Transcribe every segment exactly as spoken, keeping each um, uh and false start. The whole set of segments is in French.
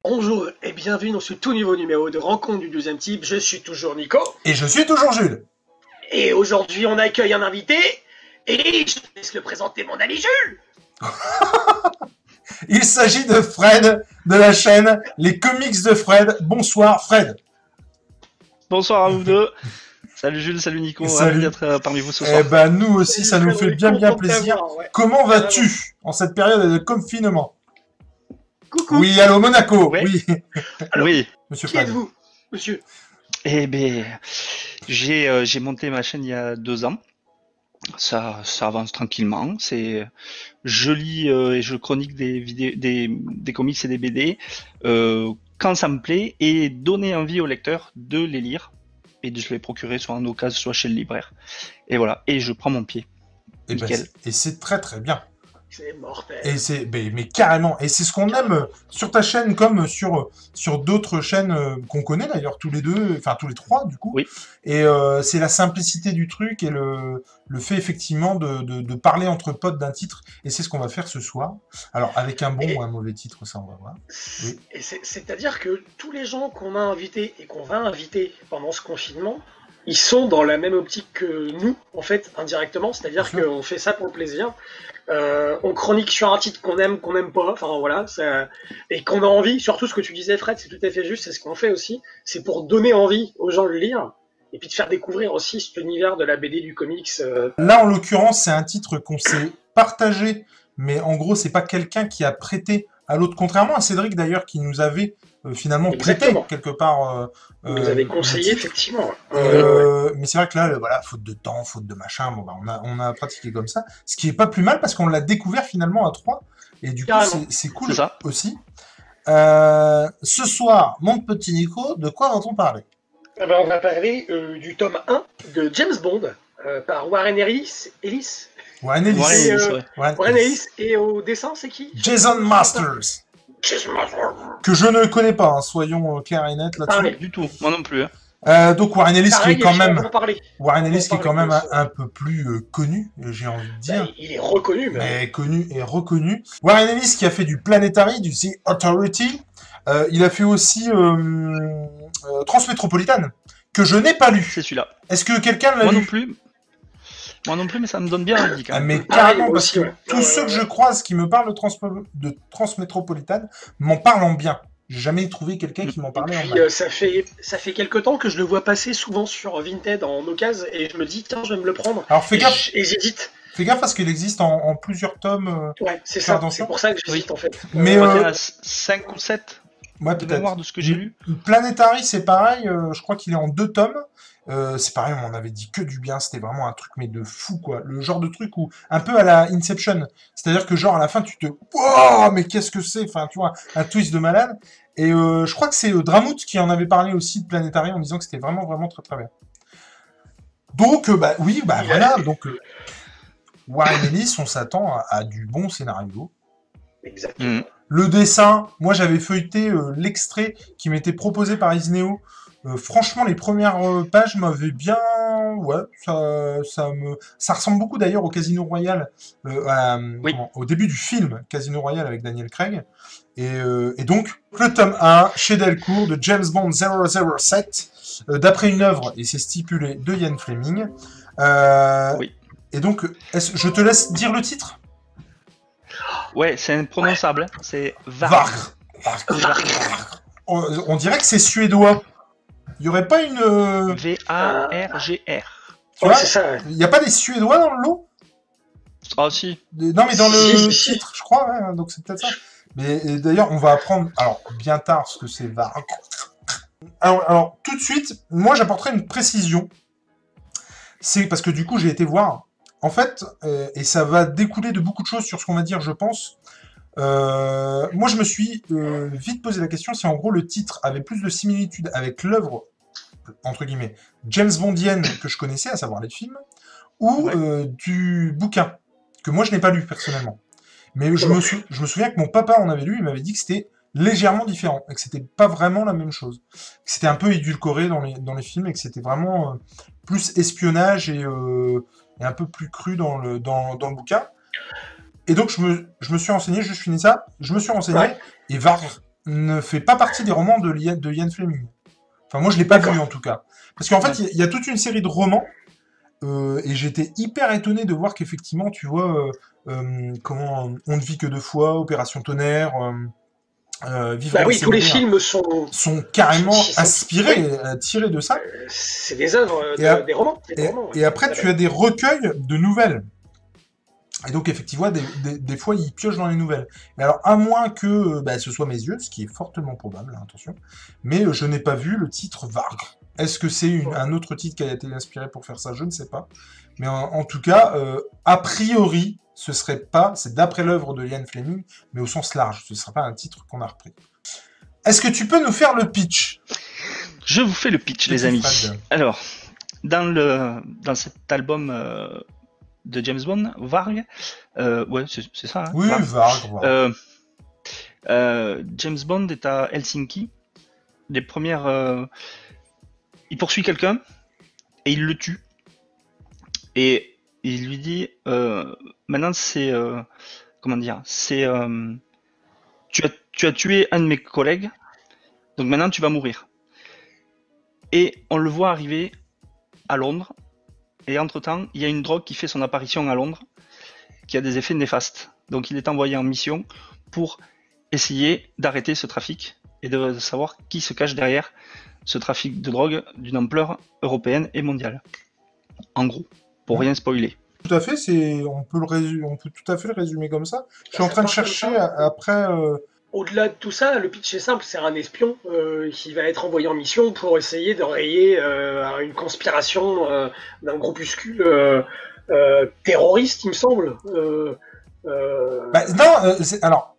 Bonjour et bienvenue dans ce tout nouveau numéro de Rencontre du deuxième type. Je suis toujours Nico. Et je suis toujours Jules. Et aujourd'hui, on accueille un invité. Et je laisse le présenter, mon ami Jules. Il s'agit de Fred, de la chaîne Les Comics de Fred. Bonsoir Fred. Bonsoir à vous deux. Salut Jules, salut Nico. Salut. Ravi d'être parmi vous ce soir. Eh ben nous aussi, Salut, ça nous Fred, fait bien bien plaisir. voir, ouais. Comment vas-tu en cette période de confinement? Coucou. Oui, allô Monaco. Ouais. Oui. Alors, Oui. Monsieur Qui Fred. êtes-vous, monsieur? Eh ben, j'ai euh, j'ai monté ma chaîne il y a deux ans. Ça ça avance tranquillement. C'est je lis euh, et je chronique des vidéos, des des comics et des B D euh, quand ça me plaît et donner envie aux lecteurs de les lire et de se les procurer soit en occasion soit chez le libraire. Et voilà. Et je prends mon pied. Eh ben, Nickel. c'est- et c'est très très bien. C'est mortel. Et c'est, mais, mais carrément. Et c'est ce qu'on aime sur ta chaîne comme sur sur d'autres chaînes euh, qu'on connaît d'ailleurs tous les deux, enfin tous les trois du coup. Oui. Et euh, c'est la simplicité du truc et le le fait effectivement de de, de parler entre potes d'un titre. Et c'est ce qu'on va faire ce soir. Alors avec un bon Et- ou un mauvais titre, ça on va voir. Oui. Et c'est- C'est-à-dire que tous les gens qu'on a invités et qu'on va inviter pendant ce confinement, ils sont dans la même optique que nous, en fait, indirectement. C'est-à-dire Bien sûr. qu'on fait ça pour le plaisir. Euh, on chronique sur un titre qu'on aime, qu'on n'aime pas, enfin voilà, ça... et qu'on a envie. Surtout ce que tu disais, Fred, c'est tout à fait juste, c'est ce qu'on fait aussi. C'est pour donner envie aux gens de le lire, et puis de faire découvrir aussi cet univers de la B D, du comics. euh, Là en l'occurrence, c'est un titre qu'on s'est partagé, mais en gros, c'est pas quelqu'un qui a prêté à l'autre. Contrairement à Cédric d'ailleurs, qui nous avait euh, finalement Exactement. prêté quelque part. Euh, Vous euh, nous avez le conseillé, titre. effectivement. Et, Euh, euh, mais c'est vrai que là, le- voilà, faute de temps, faute de machin, bon, bah, on a, on a pratiqué comme ça. Ce qui est pas plus mal parce qu'on l'a découvert finalement à trois. Et du coup, Carrément. c'est, c'est cool C'est ça. aussi. Euh, ce soir, mon petit Nico, de quoi va-t-on parler? eh ben, on va parler euh, du tome un de James Bond, euh, par Warren Ellis. Ellis Warren Ellis. Warren Et, Ellis, euh, ouais. Warren Warren Ellis. Ellis, et au dessin, c'est qui? Jason Masters. Jason Masters. Que je ne connais pas, hein, soyons euh, clairs et nets là-dessus. Pareil. Du tout. Moi non plus. Hein. Euh, donc Warren Ellis Pareil, qui est quand et puis on même, va en parler. Warren on Ellis va qui est parler quand même de un, ça. un peu plus euh, connu, j'ai envie de dire. Bah, il est reconnu, mais... mais connu et reconnu. Warren Ellis qui a fait du Planetary, du The Authority. Euh, il a fait aussi euh, euh, Transmétropolitane, que je n'ai pas lu. C'est celui-là. Est-ce que quelqu'un l'a Moi non lu? plus. Moi non plus, mais ça me donne bien envie quand Ah, même. mais Ah, carrément, moi parce aussi, que ouais. tous Ouais, ceux ouais, que ouais. je croise qui me parlent de, Transpo- de Transmétropolitane m'en parlent en bien. J'ai jamais trouvé quelqu'un qui m'en parlait en Puis mal. euh, ça fait ça fait quelque temps que je le vois passer souvent sur Vinted en occasion, et je me dis, tiens, je vais me le prendre. Alors fais Et gaffe, j- Et j'hésite. fais gaffe parce qu'il existe en, en plusieurs tomes. euh, Ouais, c'est Faire ça. attention. C'est pour ça que j'hésite, en fait. Mais, Je crois euh, qu'il y en a cinq ou sept Ouais, de peut-être. mémoire de ce que j'ai lu. Planetary, c'est pareil, euh, je crois qu'il est en deux tomes. Euh, c'est pareil, on en avait dit que du bien, c'était vraiment un truc mais de fou quoi. Le genre de truc où un peu à la Inception, c'est-à-dire que genre à la fin tu te wow, mais qu'est-ce que c'est, enfin tu vois, un twist de malade. Et euh, je crois que c'est euh, Dramout qui en avait parlé aussi de Planetary en disant que c'était vraiment vraiment très très bien. Donc euh, bah oui, bah voilà, donc euh, Warren Ellis, on s'attend à, à du bon scénario. Exactement. Mhm. Le dessin, moi j'avais feuilleté euh, l'extrait qui m'était proposé par Isneo. Euh, franchement, les premières euh, pages m'avaient bien, ouais, ça, ça me, ça ressemble beaucoup d'ailleurs au Casino Royale, euh, à, Oui. comment, au début du film Casino Royale avec Daniel Craig. Et, euh, et donc le tome un chez Delcourt de James Bond zéro zéro sept, euh, d'après une œuvre et c'est stipulé de Ian Fleming. Euh, Oui. Et donc, est-ce, je te laisse dire le titre. Ouais, c'est imprononçable. hein. C'est Varg. Varg. Varg. Varg. On, on dirait que c'est suédois. Il y aurait pas une, euh, V A R G R. tu Ouais, vois, c'est ça. il y a pas des Suédois dans le lot? Ah si. Des- Non, mais dans le Si, si, si. titre, je crois, ouais, donc c'est peut-être ça. Mais et d'ailleurs, on va apprendre, alors, bien tard, ce que c'est Varg. Alors, alors, tout de suite, moi, j'apporterai une précision. C'est parce que du coup, j'ai été voir. En fait, euh, et ça va découler de beaucoup de choses sur ce qu'on va dire, je pense. Euh, moi, je me suis euh, vite posé la question si en gros le titre avait plus de similitude avec l'œuvre, entre guillemets, James Bondienne que je connaissais, à savoir les films, ou Ouais. euh, du bouquin, que moi je n'ai pas lu personnellement. Mais je me, sou- je me souviens que mon papa en avait lu, il m'avait dit que c'était légèrement différent, et que c'était pas vraiment la même chose. Que c'était un peu édulcoré dans les, dans les films, et que c'était vraiment euh, plus espionnage et, euh, et un peu plus cru dans le, dans, dans le bouquin. Et donc je me, je me suis renseigné, je finis ça, je me suis renseigné, Ouais. et Varg, ne fait pas partie des romans de, Ian- de Ian Fleming. Enfin, moi, je l'ai pas vu, en tout cas. Parce qu'en fait, il ouais. y, y a toute une série de romans, euh, et j'étais hyper étonné de voir qu'effectivement, tu vois, euh, euh, comment On ne vit que deux fois, Opération Tonnerre, euh, euh, Vivre bah et oui, laisser tous les mourir, films sont, sont carrément sont, sont, inspirés, oui. euh, tirés de ça. Euh, c'est des œuvres, de, à, des romans. Des et, romans et après, tu as des recueils de nouvelles. Et donc, effectivement, des, des, des fois, ils piochent dans les nouvelles. Mais alors, à moins que bah, ce soit mes yeux, ce qui est fortement probable, hein, attention, mais euh, je n'ai pas vu le titre Vargr. Est-ce que c'est une, un autre titre qui a été inspiré pour faire ça? Je ne sais pas. Mais en, en tout cas, euh, a priori, ce serait pas, c'est d'après l'œuvre de Ian Fleming, mais au sens large. Ce ne sera pas un titre qu'on a repris. Est-ce que tu peux nous faire le pitch? Je vous fais le pitch, Petit les amis. Fred. Alors, dans, le, dans cet album... Euh... de James Bond, Varg, euh, ouais, c'est ça. Hein, oui, Varg. Varg, Varg. Euh, euh, James Bond est à Helsinki. Les premières, euh, il poursuit quelqu'un et il le tue. Et il lui dit, euh, maintenant c'est, euh, comment dire, c'est, euh, tu as, tu as tué un de mes collègues, donc maintenant tu vas mourir. Et on le voit arriver à Londres. Et entre-temps, il y a une drogue qui fait son apparition à Londres, qui a des effets néfastes. Donc il est envoyé en mission pour essayer d'arrêter ce trafic et de savoir qui se cache derrière ce trafic de drogue d'une ampleur européenne et mondiale. En gros, pour rien spoiler. Tout à fait, c'est, on peut le résumer, on peut tout à fait le résumer comme ça. Je suis en train de chercher après. Euh... Au-delà de tout ça, le pitch est simple, c'est un espion euh, qui va être envoyé en mission pour essayer de rayer euh, une conspiration euh, d'un groupuscule euh, euh, terroriste, il me semble. Euh, euh... Bah, non, euh, alors,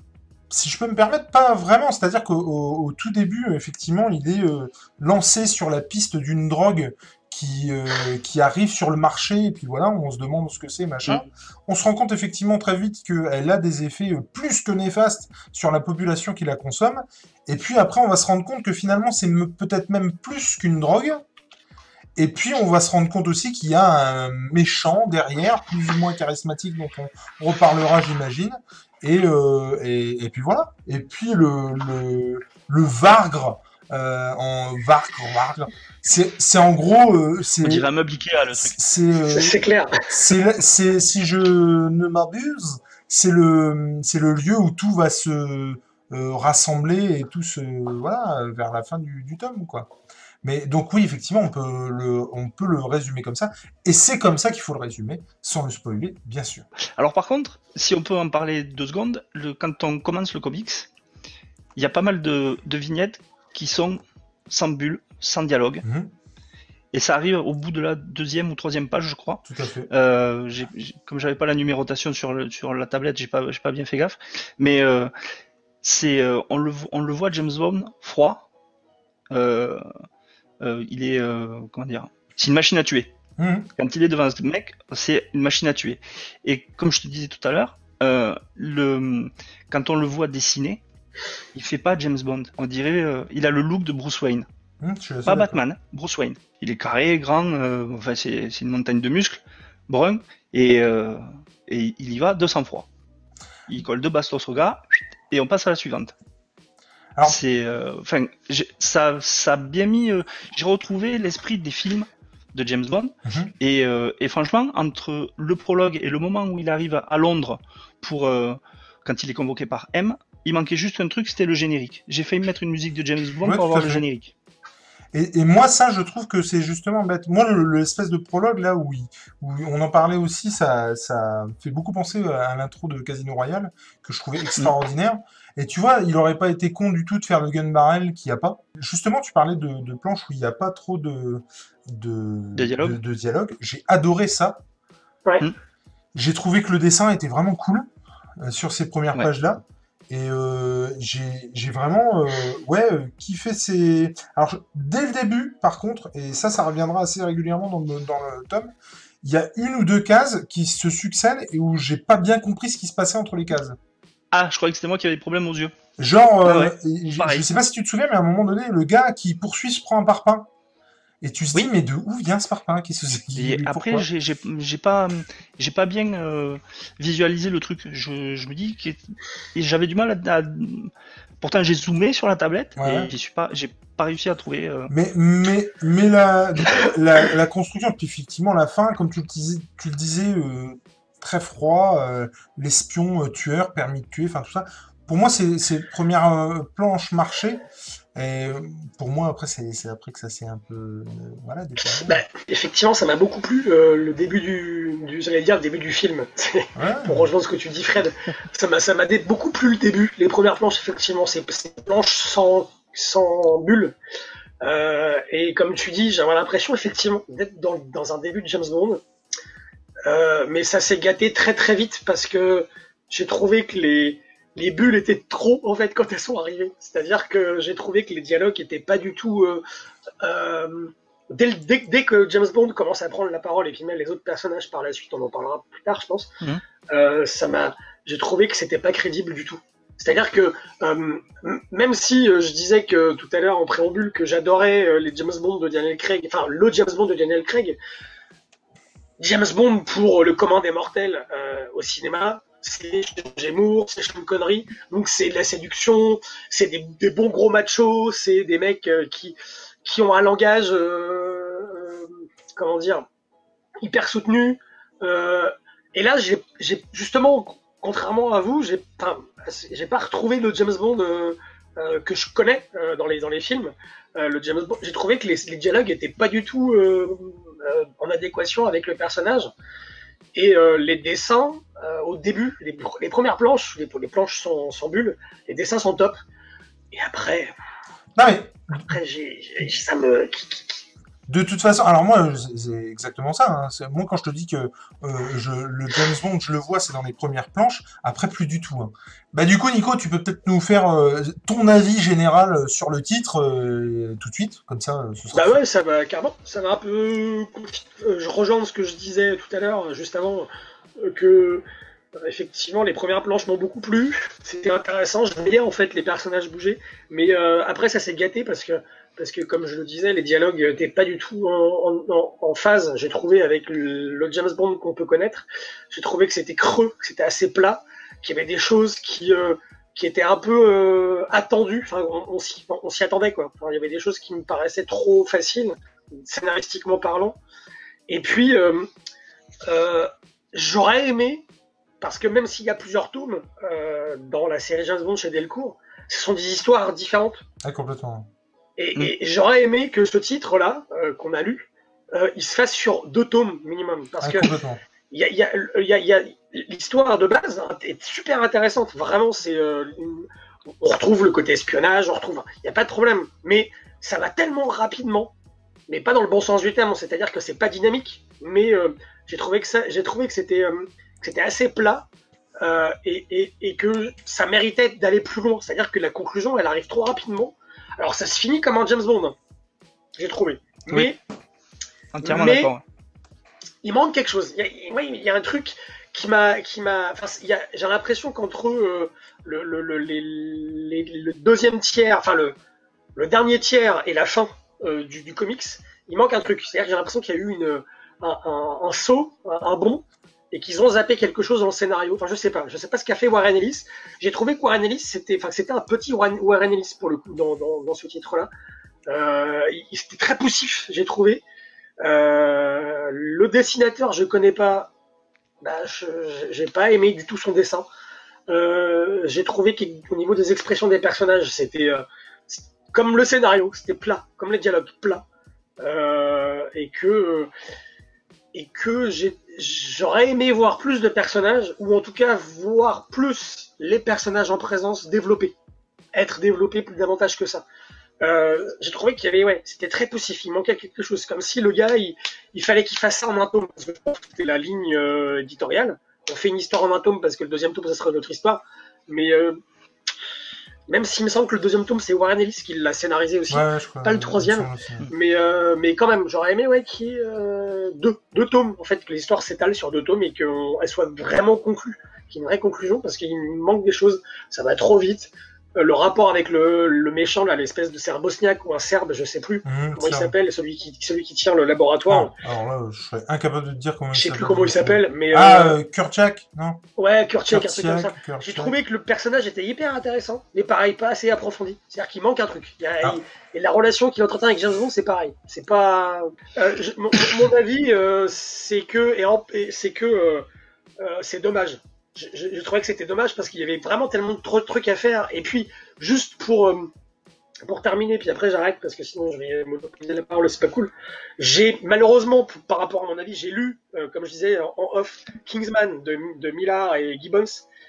si je peux me permettre, pas vraiment. C'est-à-dire qu'au au tout début, effectivement, il est euh, lancé sur la piste d'une drogue qui, euh, qui arrive sur le marché, et puis voilà, on se demande ce que c'est, machin. Mmh. On se rend compte effectivement très vite qu'elle a des effets plus que néfastes sur la population qui la consomme, et puis après on va se rendre compte que finalement c'est peut-être même plus qu'une drogue, et puis on va se rendre compte aussi qu'il y a un méchant derrière, plus ou moins charismatique, dont on reparlera j'imagine, et, euh, et, et puis voilà. Et puis le, le, le Vargr, Euh, en Vargr, Vargr. C'est, c'est en gros. Euh, c'est, on dirait un meuble Ikea, le truc. C'est, euh, c'est clair. C'est, c'est, si je ne m'abuse, c'est le, c'est le lieu où tout va se euh, rassembler et tout se. Voilà, vers la fin du, du tome, quoi. Mais donc, oui, effectivement, on peut, le, on peut le résumer comme ça. Et c'est comme ça qu'il faut le résumer, sans le spoiler, bien sûr. Alors, par contre, si on peut en parler deux secondes, le, quand on commence le comics, il y a pas mal de, de vignettes qui sont sans bulle, sans dialogue. Mmh. Et ça arrive au bout de la deuxième ou troisième page, je crois. Tout à fait. Euh, j'ai, j'ai, comme j'avais pas la numérotation sur, le, sur la tablette, j'ai pas, j'ai pas bien fait gaffe. Mais euh, c'est, euh, on, le, on le voit, James Bond, froid. Euh, euh, il est, euh, comment dire, c'est une machine à tuer. Mmh. Quand il est devant ce mec, c'est une machine à tuer. Et comme je te disais tout à l'heure, euh, le, quand on le voit dessiner, il fait pas James Bond. On dirait, euh, il a le look de Bruce Wayne. Mmh, pas Batman, Bruce Wayne. Il est carré, grand, euh, enfin c'est, c'est une montagne de muscles, brun, et, euh, et il y va de sang-froid. Il colle deux bastos au gars, et on passe à la suivante. Alors... C'est, enfin, euh, ça, ça a bien mis. Euh, j'ai retrouvé l'esprit des films de James Bond, mmh. et, euh, et franchement, entre le prologue et le moment où il arrive à Londres pour euh, quand il est convoqué par M. Il manquait juste un truc, c'était le générique. J'ai failli mettre une musique de James Bond ouais, pour avoir le générique. Et, et moi, ça, je trouve que c'est justement bête. Moi, le, l'espèce de prologue, là, où, il, où on en parlait aussi, ça, ça fait beaucoup penser à l'intro de Casino Royale, que je trouvais extraordinaire. Et tu vois, il aurait pas été con du tout de faire le gun barrel qu'il n'y a pas. Justement, tu parlais de, de planches où il n'y a pas trop de, de, de, dialogue. de, de dialogue. J'ai adoré ça. Ouais. J'ai trouvé que le dessin était vraiment cool euh, sur ces premières ouais. pages-là. Et euh, j'ai, j'ai vraiment euh, ouais, euh, kiffé ces... Alors, dès le début, par contre, et ça, ça reviendra assez régulièrement dans le, dans le tome, il y a une ou deux cases qui se succèdent et où j'ai pas bien compris ce qui se passait entre les cases. Ah, je croyais que c'était moi qui avais des problèmes aux yeux. Genre, euh, ah ouais, je, je sais pas si tu te souviens, mais à un moment donné, le gars qui poursuit se prend un parpaing. et tu te Oui. dis, mais de où vient ce parpaing? Qu'est-ce que c'est? Et après, Pourquoi? j'ai j'ai j'ai pas j'ai pas bien euh, visualisé le truc. Je, je me dis que et j'avais du mal à, à- pourtant j'ai zoomé sur la tablette Ouais, ouais. et j'y suis pas j'ai pas réussi à trouver. euh, Mais, mais, mais la, du coup, la, la construction, puis effectivement, la fin, comme tu le disais, tu le disais euh, très froid, euh, l'espion euh, tueur, permis de tuer, enfin tout ça. Pour moi, c'est c'est premières euh, planches marché. Et euh, pour moi, après, c'est c'est après que ça s'est un peu, euh, voilà, détérioré. Bah, effectivement, ça m'a beaucoup plu euh, le début du, du j'allais dire le début du film. Pour Ouais, rejoindre ce que tu dis, Fred, ça m'a ça m'a dé- beaucoup plu le début. Les premières planches, effectivement, c'est c'est des planches sans sans bulles. Euh, et comme tu dis, j'avais l'impression effectivement d'être dans, dans un début de James Bond. Euh, mais ça s'est gâté très très vite parce que j'ai trouvé que les les bulles étaient trop en fait quand elles sont arrivées. C'est-à-dire que j'ai trouvé que les dialogues étaient pas du tout euh, euh, dès, le- dès, dès que James Bond commence à prendre la parole et puis même les autres personnages par la suite, on en parlera plus tard, je pense. Mhm. Euh, ça m'a, j'ai trouvé que c'était pas crédible du tout. C'est-à-dire que euh, m- même si euh, je disais que tout à l'heure en préambule que j'adorais euh, les James Bond de Daniel Craig, enfin le James Bond de Daniel Craig, James Bond pour le commun des mortels euh, au cinéma, c'est Gémour, c'est Sean Connery, donc c'est de la séduction, c'est des, des bons gros machos, c'est des mecs euh, qui qui ont un langage, euh, euh, comment dire, hyper soutenu. Euh, et là, j'ai, j'ai justement, contrairement à vous, j'ai, enfin, j'ai pas retrouvé le James Bond euh, euh, que je connais euh, dans les dans les films. Euh, le James Bond, j'ai trouvé que les, les dialogues étaient pas du tout euh, euh, en adéquation avec le personnage. Et euh, les dessins, euh, au début, les, les premières planches, les, les planches sans, sans bulles, les dessins sont top. Et après, non mais après j'ai, j'ai- ça me, de toute façon, alors moi, c'est c'est exactement ça. Hein. C'est- Moi, quand je te dis que euh, je, le James Bond, je le vois, c'est dans les premières planches. Après, plus du tout. Hein. Bah, du coup, Nico, tu peux peut-être nous faire euh, ton avis général sur le titre euh, tout de suite, comme ça, euh, ce sera bah fait. ouais, ça va carrément. Ça va un peu. euh, Je rejoins ce que je disais tout à l'heure, juste avant, euh, que euh, effectivement les premières planches m'ont beaucoup plu. C'était intéressant. Je voyais en fait les personnages bouger, mais euh, après ça s'est gâté parce que parce que comme je le disais, les dialogues n'étaient pas du tout en, en, en phase. J'ai trouvé avec le, le James Bond qu'on peut connaître. J'ai trouvé que c'était creux, que c'était assez plat, qu'il y avait des choses qui euh, qui était un peu euh, attendu. Enfin, on, on s'y, on s'y attendait quoi. Enfin, il y avait des choses qui me paraissaient trop faciles, scénaristiquement parlant. Et puis, euh, euh, j'aurais aimé, parce que même s'il y a plusieurs tomes euh, dans la série James Bond chez Delcourt, ce sont des histoires différentes. Ah, complètement. Et, Mm. et j'aurais aimé que ce titre-là, euh, qu'on a lu, euh, il se fasse sur deux tomes minimum. Parce Ah, que complètement. il y a, y a, y a, y a l'histoire de base est super intéressante. Vraiment, c'est euh, une- on retrouve le côté espionnage, on retrouve, il n'y a pas de problème. Mais ça va tellement rapidement, mais pas dans le bon sens du terme. C'est-à-dire que c'est pas dynamique. Mais euh, j'ai trouvé que ça, j'ai trouvé que c'était, euh, que c'était assez plat euh, et, et, et que ça méritait d'aller plus loin. C'est-à-dire que la conclusion, elle arrive trop rapidement. Alors ça se finit comme un James Bond, hein, j'ai trouvé. Mais Oui. Entièrement mais d'accord. il manque quelque chose. Il y a, oui, il y a un truc qui m'a, qui m'a. Enfin, il y a, j'ai l'impression qu'entre euh, le, le, le, les, les, le deuxième tiers, enfin le, le dernier tiers et la fin euh, du, du comics, il manque un truc. C'est-à-dire que j'ai l'impression qu'il y a eu une, un, un, un saut, un, un bond, et qu'ils ont zappé quelque chose dans le scénario. Enfin, je sais pas. Je sais pas ce qu'a fait Warren Ellis. J'ai trouvé que Warren Ellis, c'était, enfin, c'était un petit Warren, Warren Ellis pour le coup dans, dans, dans ce titre-là. Euh, il, c'était très poussif, j'ai trouvé. Euh, le dessinateur, je connais pas. Bah, je, j'ai pas aimé du tout son dessin. Euh, j'ai trouvé qu'au niveau des expressions des personnages, c'était euh, comme le scénario, c'était plat, comme les dialogues plats, euh, et que et que j'ai, j'aurais aimé voir plus de personnages, ou en tout cas voir plus les personnages en présence développés, être développés plus davantage que ça. Euh, j'ai trouvé qu'il y avait, ouais, c'était très poussif, il manquait quelque chose, comme si le gars, il, il fallait qu'il fasse ça en un tome, parce que c'était la ligne euh, éditoriale. On fait une histoire en un tome parce que le deuxième tome, ça serait notre histoire, mais euh, même s'il me semble que le deuxième tome, c'est Warren Ellis qui l'a scénarisé aussi, Ouais, je crois. pas le troisième, Aussi. mais euh, mais quand même, j'aurais aimé, ouais, qu'il y ait euh, deux, deux tomes, en fait, que l'histoire s'étale sur deux tomes et qu'elle soit vraiment conclue, qu'il y ait une vraie conclusion, parce qu'il manque des choses, ça va trop vite. euh, le rapport avec le, le méchant, là, l'espèce de serbe bosniaque ou un serbe, je sais plus Mmh, comment il ça. s'appelle, celui qui, celui qui tient le laboratoire. Ah, alors là, je serais incapable de te dire comment il Je sais s'appelle. plus comment il s'appelle, mais Ah, euh, euh, Kurchak, non? ouais, Kurtchek, un truc comme ça. Kurtchak, Kurtchak. J'ai trouvé que le personnage était hyper intéressant, mais pareil, pas assez approfondi. C'est-à-dire qu'il manque un truc. Il y a, Ah. il- et la relation qu'il entretient avec James Bond, c'est pareil. C'est pas. Euh, je- mon, mon avis, euh, c'est que, et en- et c'est que, euh, euh, c'est dommage. Je, je, je trouvais que c'était dommage parce qu'il y avait vraiment tellement de trop de trucs à faire. Et puis, juste pour. euh, pour terminer, puis après j'arrête parce que sinon je vais monopoliser la parole, c'est pas cool. J'ai malheureusement, p- par rapport à mon avis, j'ai lu, euh, comme je disais en en off, Kingsman de, de Millar et Gibbons.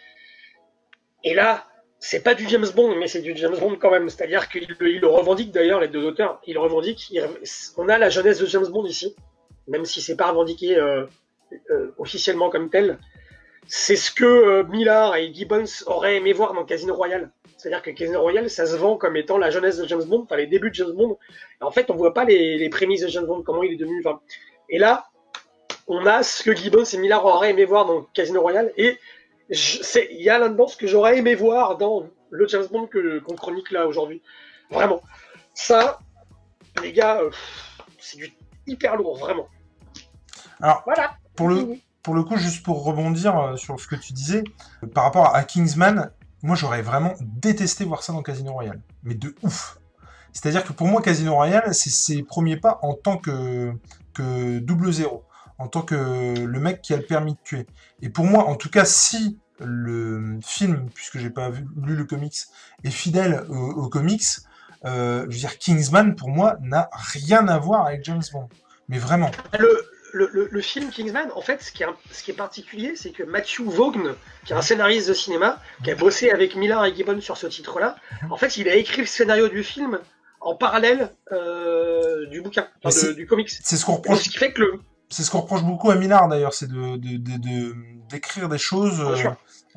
Et là, c'est pas du James Bond, mais c'est du James Bond quand même. C'est-à-dire qu'ils le, ils le revendiquent d'ailleurs, les deux auteurs. Ils le revendiquent. Ils- on a la jeunesse de James Bond ici, même si c'est pas revendiqué euh, euh, officiellement comme tel. C'est ce que euh, Millar et Gibbons auraient aimé voir dans Casino Royale. C'est-à-dire que Casino Royale, ça se vend comme étant la jeunesse de James Bond, enfin les débuts de James Bond. Et en fait, on voit pas les, les prémices de James Bond, comment il est devenu. Enfin, et là, on a ce que Gibbons et Millar auraient aimé voir dans Casino Royale. Et je- c'est- il y a là-dedans ce que j'aurais aimé voir dans le James Bond que qu'on chronique là aujourd'hui. Vraiment. Ça, les gars, euh, c'est du hyper lourd, vraiment. Alors, Voilà. pour le, pour le coup, juste pour rebondir euh, sur ce que tu disais, euh, par rapport à Kingsman, moi j'aurais vraiment détesté voir ça dans Casino Royale. Mais de ouf. C'est-à-dire que pour moi, Casino Royale, c'est ses premiers pas en tant que, que double zéro. En tant que le mec qui a le permis de tuer. Et pour moi, en tout cas, si le film, puisque j'ai pas vu, lu le comics, est fidèle au, au comics, euh, je veux dire, Kingsman, pour moi, n'a rien à voir avec James Bond. Mais vraiment. Le, le, le, le film Kingsman, en fait, ce qui est, un- ce qui est particulier, c'est que Matthew Vaughn, qui est un scénariste de cinéma, qui a bossé avec Millar et Gibbons sur ce titre-là, en fait, il a écrit le scénario du film en parallèle euh, du bouquin, Mais enfin, de- c'est- du comics. C'est ce qu'on Donc, reproche. ce qui fait que le, C'est ce qu'on reproche beaucoup à Millard d'ailleurs, c'est de, de, de, de- d'écrire des choses Bien euh, sûr.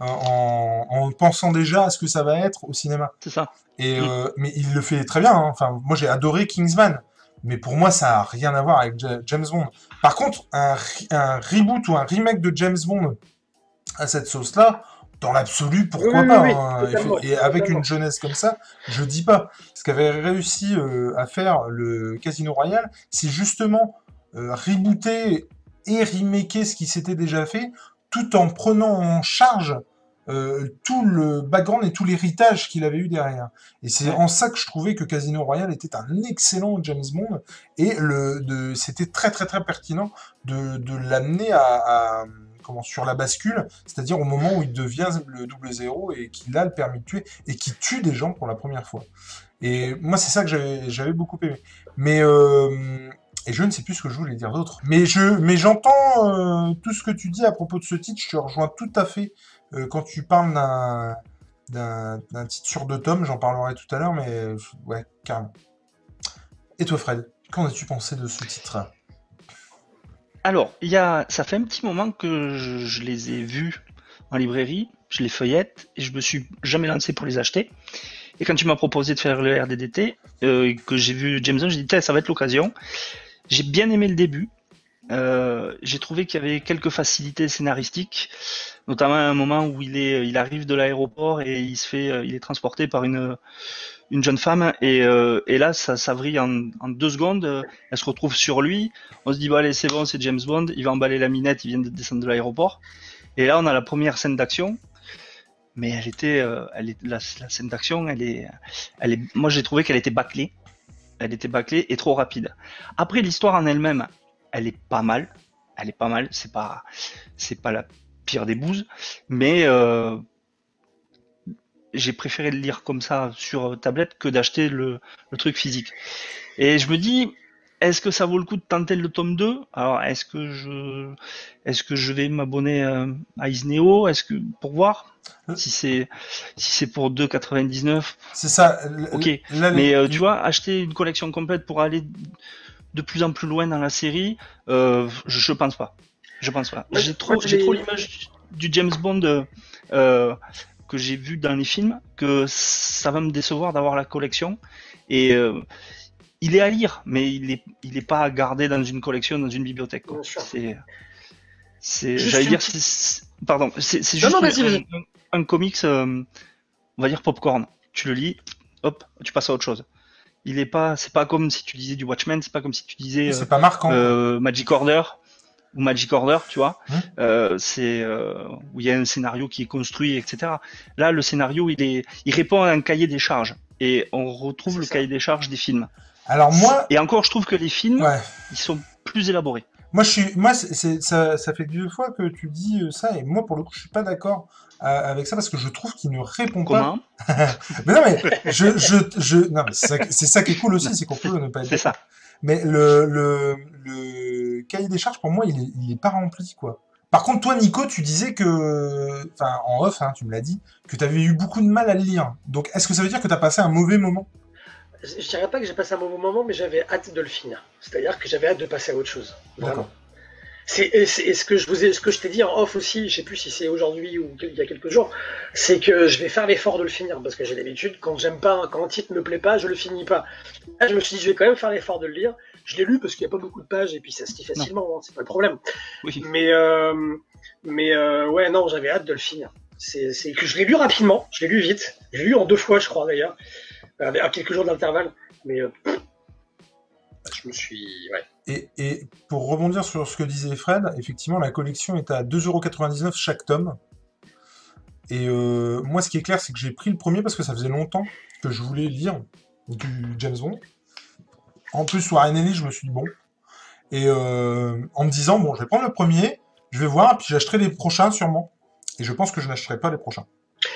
en, en pensant déjà à ce que ça va être au cinéma. C'est ça. Et Mm. euh, mais il le fait très bien. Hein. Enfin, moi j'ai adoré Kingsman, mais pour moi ça a rien à voir avec Ja- James Bond. Par contre, un, re- un reboot ou un remake de James Bond à cette sauce-là, dans l'absolu, pourquoi Oui, oui, pas. oui, hein. Et totalement, fait- Et, avec totalement. une jeunesse comme ça, je dis pas. Ce qu'avait réussi euh, à faire le Casino Royale, c'est justement euh, rebooter et remaker ce qui s'était déjà fait, tout en prenant en charge euh, tout le background et tout l'héritage qu'il avait eu derrière. Et c'est Ouais. en ça que je trouvais que Casino Royale était un excellent James Bond, et le, de, c'était très très très pertinent de, de l'amener à, à comment, sur la bascule, c'est-à-dire au moment où il devient le double zéro et qu'il a le permis de tuer et qui tue des gens pour la première fois. Et moi, c'est ça que j'avais, j'avais beaucoup aimé. Mais euh, et je ne sais plus ce que je voulais dire d'autre. Mais je, mais j'entends euh, tout ce que tu dis à propos de ce titre. Je te rejoins tout à fait euh, quand tu parles d'un d'un d'un titre sur deux tomes. J'en parlerai tout à l'heure, mais euh, ouais, carrément. Et toi, Fred, qu'en as-tu pensé de ce titre? Alors, il y a, ça fait un petit moment que je, je les ai vus en librairie, je les feuillette et je me suis jamais lancé pour les acheter. Et quand tu m'as proposé de faire le R D D T, euh, et que j'ai vu James Bond, j'ai dit, tiens, ça va être l'occasion. J'ai bien aimé le début. Euh, j'ai trouvé qu'il y avait quelques facilités scénaristiques, notamment à un moment où il est, il arrive de l'aéroport et il se fait, euh, il est transporté par une, une jeune femme et, euh, et là ça, ça vrille en, en deux secondes. euh, Elle se retrouve sur lui. On se dit bah allez c'est bon, c'est James Bond. Il va emballer la minette. Il vient de descendre de l'aéroport. Et là on a la première scène d'action. Mais elle était, euh, elle est, la, la scène d'action, elle est, elle est, moi j'ai trouvé qu'elle était bâclée. Elle était bâclée et trop rapide. Après l'histoire en elle-même, elle est pas mal. Elle est pas mal. C'est pas, c'est pas la pire des bouses, mais euh, j'ai préféré le lire comme ça sur tablette que d'acheter le, le truc physique. Et je me dis, est-ce que ça vaut le coup de tenter le tome deux? Alors, est-ce que je, est-ce que je vais m'abonner euh, à Isneo? Est-ce que, pour voir si c'est, si c'est pour deux quatre-vingt-dix-neuf? C'est ça. l- Ok. l- là, Mais les- euh, tu vois, acheter une collection complète pour aller de plus en plus loin dans la série, euh, je, je pense pas. Je pense pas. Moi, J'ai trop, moi, j'ai j'ai- trop l'image du James Bond euh, euh, que j'ai vu dans les films que ça va me décevoir d'avoir la collection. Et euh, il est à lire, mais il est, il est pas à garder dans une collection, dans une bibliothèque. Quoi. Bien sûr. C'est, c'est, Juste j'allais une dire, petite- c'est, c'est- pardon, c'est, c'est Non, juste non, vas-y, un, vas-y. un, un comics, euh, on va dire popcorn. tu le lis, hop, tu passes à autre chose. Il est pas, c'est pas comme si tu disais du Watchmen, c'est pas comme si tu disais C'est euh, pas marquant. euh, Magic Order ou Magic Order, tu vois. Hum. Euh, c'est euh, où il y a un scénario qui est construit, et cetera. Là, le scénario, il est, il répond à un cahier des charges et on retrouve C'est le ça. cahier des charges des films. Alors moi, Et encore, je trouve que les films, ouais. ils sont plus élaborés. Moi, je suis, moi, c'est, c'est- ça, ça fait deux fois que tu dis euh, ça, et moi, pour le coup, je suis pas d'accord euh, avec ça parce que je trouve qu'il ne répond pas. Comment? Mais non, mais je, je, je, non, mais c'est ça, c'est ça qui est cool aussi, c'est qu'on peut ne pas être C'est ça. d'accord. Mais le, le, le cahier des charges, pour moi, il est, il est pas rempli, quoi. Par contre, toi, Nico, tu disais que, enfin, en off, hein, tu me l'as dit, que tu avais eu beaucoup de mal à le lire. Donc, est-ce que ça veut dire que tu as passé un mauvais moment? Je je dirais pas que j'ai passé un mauvais moment, mais j'avais hâte de le finir. C'est-à-dire que j'avais hâte de passer à autre chose. Vraiment. D'accord. C'est et c'est- et ce que je vous ai, ce que je t'ai dit en off aussi, je sais plus si c'est aujourd'hui ou il y a quelques jours, c'est que je vais faire l'effort de le finir parce que j'ai l'habitude quand j'aime pas, quand un titre me plaît pas, je le finis pas. Là, je me suis dit, je vais quand même faire l'effort de le lire. Je l'ai lu parce qu'il y a pas beaucoup de pages et puis ça se lit facilement, hein, c'est pas le problème. Oui. Mais euh, mais euh, ouais, non, j'avais hâte de le finir. C'est c'est que je l'ai lu rapidement, je l'ai lu vite, je l'ai lu en deux fois, je crois d'ailleurs, avec à quelques jours d'intervalle. Mais euh, je me suis, ouais. Et, et pour rebondir sur ce que disait Fred, effectivement, la collection est à deux euros quatre-vingt-dix-neuf chaque tome. Et euh, moi, ce qui est clair, c'est que j'ai pris le premier parce que ça faisait longtemps que je voulais lire du James Bond. En plus, Warren Ellis, je me suis dit bon. Et euh, en me disant, bon, je vais prendre le premier, je vais voir, puis j'achèterai les prochains sûrement. Et je pense que je n'achèterai pas les prochains.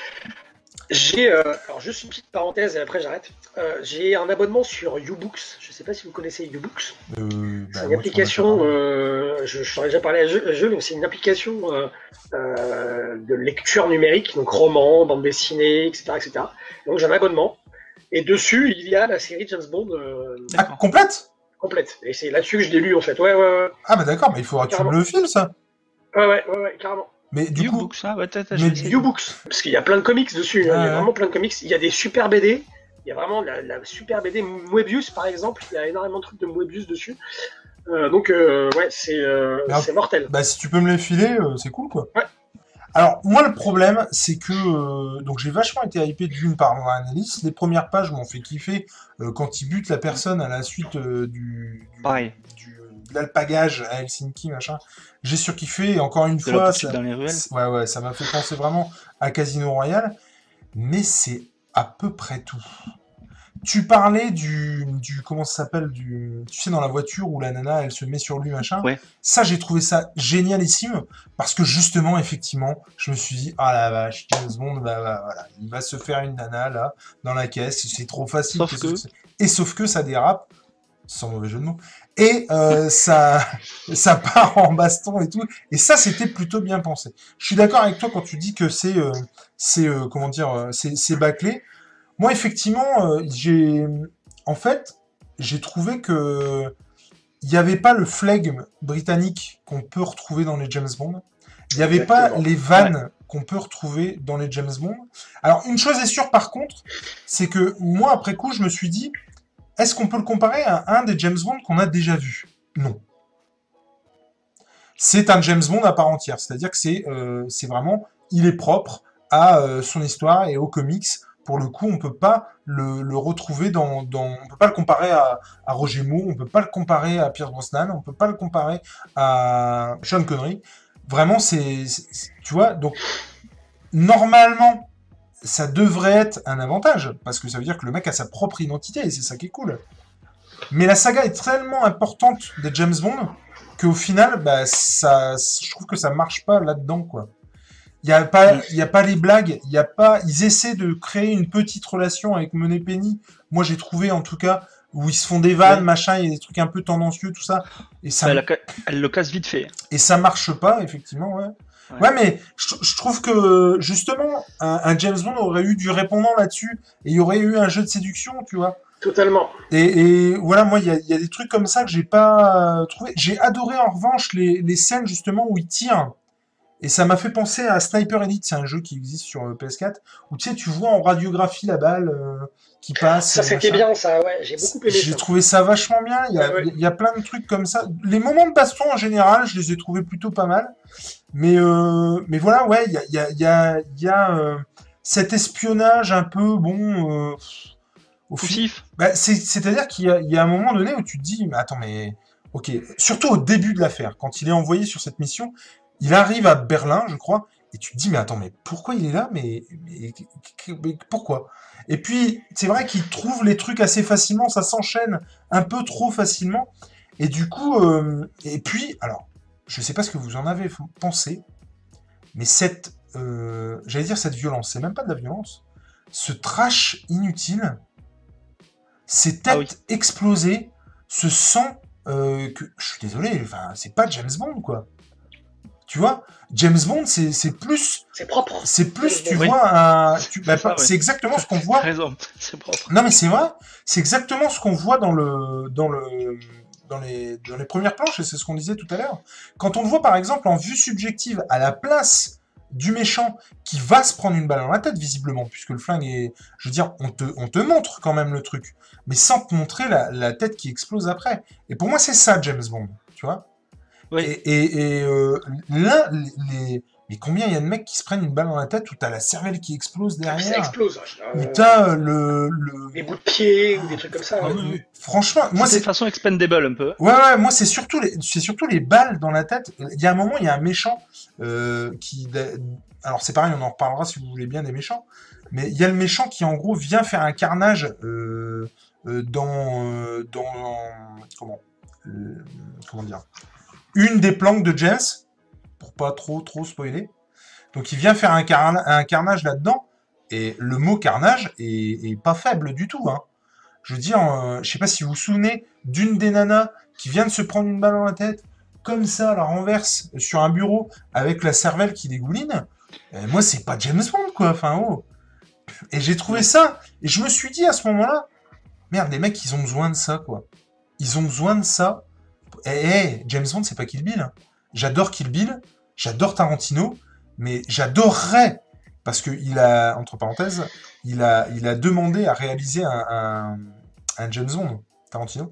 J'ai, euh, alors juste une petite parenthèse et après j'arrête. Euh, j'ai un abonnement sur YouBooks. Je sais pas si vous connaissez YouBooks. Euh, bah, C'est une moi, application, tu m'en as euh, je, je t'en ai déjà parlé à jeu, à jeu, mais c'est une application euh, euh, de lecture numérique, donc romans, bande dessinée, et cetera, et cetera. Donc j'ai un abonnement et dessus il y a la série James Bond euh, Ah, D'accord. complète? complète. Et c'est là-dessus que je l'ai lu en fait. Ouais, ouais, ouais, Ah bah d'accord, mais il faudra que tu me le files, ça. ouais, ouais, ouais, ouais, carrément. Mais du coup, YouBooks, ah ouais, t'as, t'as, mais je vais du- essayer. YouBooks, parce qu'il y a plein de comics dessus. hein. Il y Ouais. a vraiment plein de comics. Il y a des super B D. Il y a vraiment la, la super B D Moebius par exemple. Il y a énormément de trucs de Moebius dessus. Euh, donc euh, ouais, c'est euh, Mais en- c'est mortel. bah si tu peux me les filer, euh, c'est cool, quoi. Ouais. Alors, moi, le problème, c'est que euh, donc j'ai vachement été hypé d'une par Warren Ellis. Les premières pages m'ont fait kiffer euh, quand il bute la personne à la suite euh, du, du, Pareil. du- de l'alpagage à Helsinki, machin. J'ai surkiffé, et encore une De fois, la poursuite ça, dans les ruelles. c'est- ouais, ouais, ça m'a fait penser vraiment à Casino Royale, mais c'est à peu près tout. Tu parlais du, du comment ça s'appelle, du, tu sais, dans la voiture où la nana, elle se met sur lui, machin. Ouais. Ça, j'ai trouvé ça génialissime parce que justement, effectivement, je me suis dit, ah la vache, James Bond, bah, bah, voilà, il va se faire une nana là dans la caisse, c'est trop facile. Sauf qu'est-ce que- c'est Et sauf que ça dérape, sans mauvais jeu de mots, et euh, ça, ça part en baston et tout. Et ça, c'était plutôt bien pensé. Je suis d'accord avec toi quand tu dis que c'est, euh, c'est euh, comment dire, euh, c'est, c'est bâclé. Moi, effectivement, euh, j'ai, en fait, j'ai trouvé que il n'y avait pas le flegme britannique qu'on peut retrouver dans les James Bond. Il n'y avait pas Exactement. les vannes qu'on peut retrouver dans les James Bond. Alors, une chose est sûre, par contre, c'est que moi, après coup, je me suis dit, est-ce qu'on peut le comparer à un des James Bond qu'on a déjà vu? Non. C'est un James Bond à part entière. C'est-à-dire que c'est, euh, c'est vraiment, il est propre à euh, son histoire et aux comics. Pour le coup, on peut pas le, le retrouver dans, dans, on peut pas le comparer à, à Roger Moore, on peut pas le comparer à Pierce Brosnan, on peut pas le comparer à Sean Connery. Vraiment, c'est, c'est- tu vois, donc normalement, ça devrait être un avantage parce que ça veut dire que le mec a sa propre identité et c'est ça qui est cool. Mais la saga est tellement importante des James Bond qu'au final, bah, ça, je trouve que ça marche pas là-dedans, quoi. Il y a pas, il y a pas les blagues, il y a pas, ils essaient de créer une petite relation avec Moneypenny. Moi, j'ai trouvé, en tout cas, où ils se font des vannes, Ouais. machin, il y a des trucs un peu tendancieux, tout ça. Et ça, Elle, la ca- elle le casse vite fait. et ça marche pas, effectivement, ouais. Ouais. Ouais, mais je, je trouve que, justement, un, un James Bond aurait eu du répondant là-dessus, et il y aurait eu un jeu de séduction, tu vois. Totalement. Et, et voilà, moi, il y a, il y a des trucs comme ça que j'ai pas euh, trouvé. J'ai adoré, en revanche, les, les scènes, justement, où il tire. Et ça m'a fait penser à Sniper Elite, c'est un jeu qui existe sur euh, P S quatre, où tu sais, tu vois en radiographie la balle euh, qui passe. Ça euh, c'était machin. bien, ça. Ouais, j'ai beaucoup aimé J'ai ça. trouvé ça vachement bien. Il y, a, Ouais, ouais. il y a plein de trucs comme ça. Les moments de baston en général, je les ai trouvés plutôt pas mal. Mais, euh, mais voilà, ouais, il y a, il y a, il y a, il y a euh, cet espionnage un peu, bon... Euh, au Poussif. Bah, c'est, c'est-à-dire qu'il y a, il y a un moment donné où tu te dis, mais attends, mais... Ok, surtout au début de l'affaire, quand il est envoyé sur cette mission, il arrive à Berlin, je crois, et tu te dis, mais attends, mais pourquoi il est là, mais, mais, mais pourquoi? Et puis, c'est vrai qu'il trouve les trucs assez facilement, ça s'enchaîne un peu trop facilement, et du coup, euh, et puis, alors, je sais pas ce que vous en avez pensé, mais cette, euh, j'allais dire cette violence, c'est même pas de la violence, ce trash inutile, ces têtes ah oui. explosées, ce sang euh, que je suis désolé, enfin c'est pas James Bond quoi. Tu vois, James Bond c'est c'est plus c'est propre. C'est plus tu oui. vois un tu, bah, c'est, ça, c'est oui. exactement ce qu'on voit. Raison, c'est propre. Non mais c'est vrai, c'est exactement ce qu'on voit dans le dans le dans les dans les premières planches et c'est ce qu'on disait tout à l'heure. Quand on le voit par exemple en vue subjective à la place du méchant qui va se prendre une balle dans la tête visiblement puisque le flingue est, je veux dire, on te on te montre quand même le truc, mais sans te montrer la, la tête qui explose après. Et pour moi c'est ça James Bond, tu vois. Oui. Et, et, et euh, là les, les mais combien il y a de mecs qui se prennent une balle dans la tête où t'as la cervelle qui explose derrière, ça explose, euh... ou t'as le, le des bouts de pied ou des trucs comme ça. Ah, ouais. Franchement, moi c'est de façon expendable un peu. Ouais ouais, moi c'est surtout les c'est surtout les balles dans la tête. Il y a un moment, il y a un méchant euh, qui alors c'est pareil, on en reparlera si vous voulez bien des méchants, mais il y a le méchant qui en gros vient faire un carnage euh, euh, dans euh, dans comment euh, comment dire une des planques de James. Pour pas trop trop spoiler. Donc il vient faire un, carna- un carnage là-dedans, et le mot carnage est, est pas faible du tout. Hein. Je veux dire, euh, je sais pas si vous vous souvenez d'une des nanas qui vient de se prendre une balle dans la tête, comme ça, à la renverse, sur un bureau, avec la cervelle qui dégouline. Et moi, c'est pas James Bond, quoi. Enfin, oh. Et j'ai trouvé ça, et je me suis dit à ce moment-là, merde, les mecs, ils ont besoin de ça, quoi. Ils ont besoin de ça. Eh, hey, James Bond, c'est pas Kill Bill. Hein. J'adore Kill Bill, j'adore Tarantino, mais j'adorerais, parce que il a, entre parenthèses, il a, il a demandé à réaliser un, un, un James Bond, Tarantino.